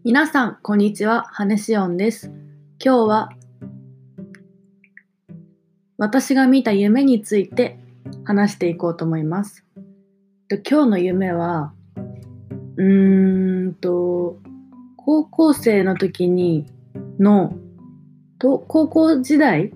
皆さん、こんにちは。ハネシオンです。今日は私が見た夢について話していこうと思います。今日の夢は、高校生の時に高校時代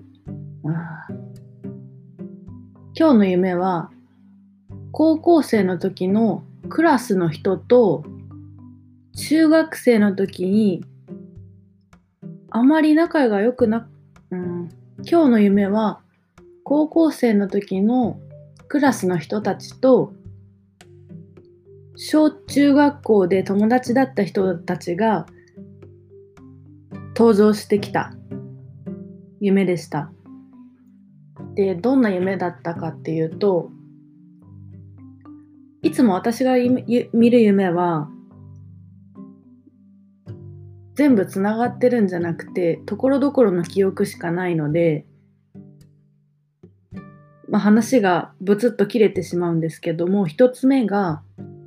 今日の夢は、高校生の時のクラスの人と中学生の時にあまり仲が良くな、今日の夢は高校生の時のクラスの人たちと小中学校で友達だった人たちが登場してきた夢でした。で、どんな夢だったかっていうと、いつも私が見る夢は全部つながってるんじゃなくて、ところどころの記憶しかないので、話がブツッと切れてしまうんですけども、一つ目が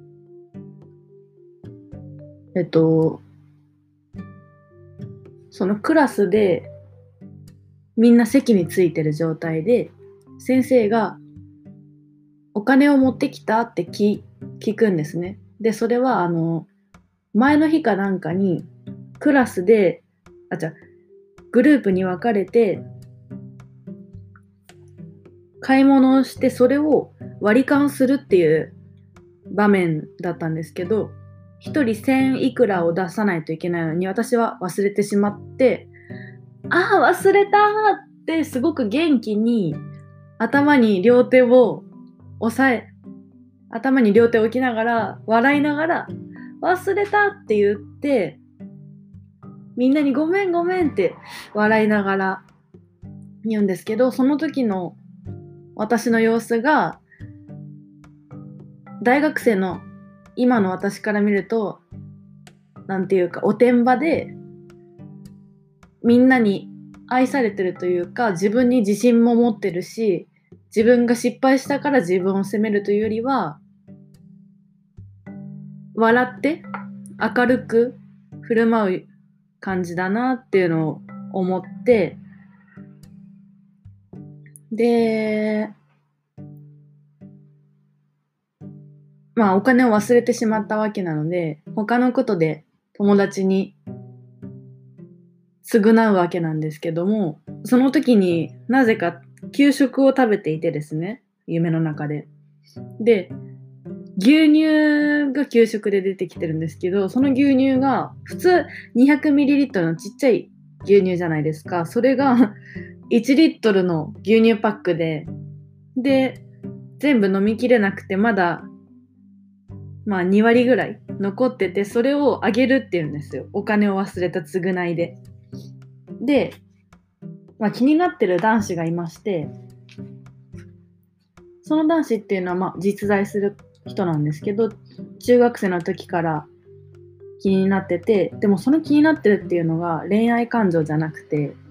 そのクラスでみんな席についてる状態で、先生がお金を持ってきたって聞くんですね。で、それは前の日かなんかにクラスでグループに分かれて買い物をして、それを割り勘するっていう場面だったんですけど、1人1000いくらを出さないといけないのに、私は忘れてしまって、忘れたってすごく元気に頭に両手を置きながら笑いながら忘れたって言って、みんなにごめんごめんって笑いながら言うんですけど、その時の私の様子が大学生の今の私から見ると、なんていうかおてんばで、みんなに愛されてるというか、自分に自信も持ってるし、自分が失敗したから自分を責めるというよりは、笑って明るく振る舞う感じだなっていうのを思って、で、お金を忘れてしまったわけなので、他のことで友達に償うわけなんですけども、その時になぜか給食を食べていてですね、夢の中で。で、牛乳が給食で出てきてるんですけど、その牛乳が普通 200ml のちっちゃい牛乳じゃないですか。それが1リットルの牛乳パックで、全部飲みきれなくて、まだ2割ぐらい残ってて、それをあげるっていうんですよ。お金を忘れた償いで。で、気になってる男子がいまして、その男子っていうのは実在する人なんですけど、中学生の時から気になってて、でもその気になってるっていうのが恋愛感情じゃなくて、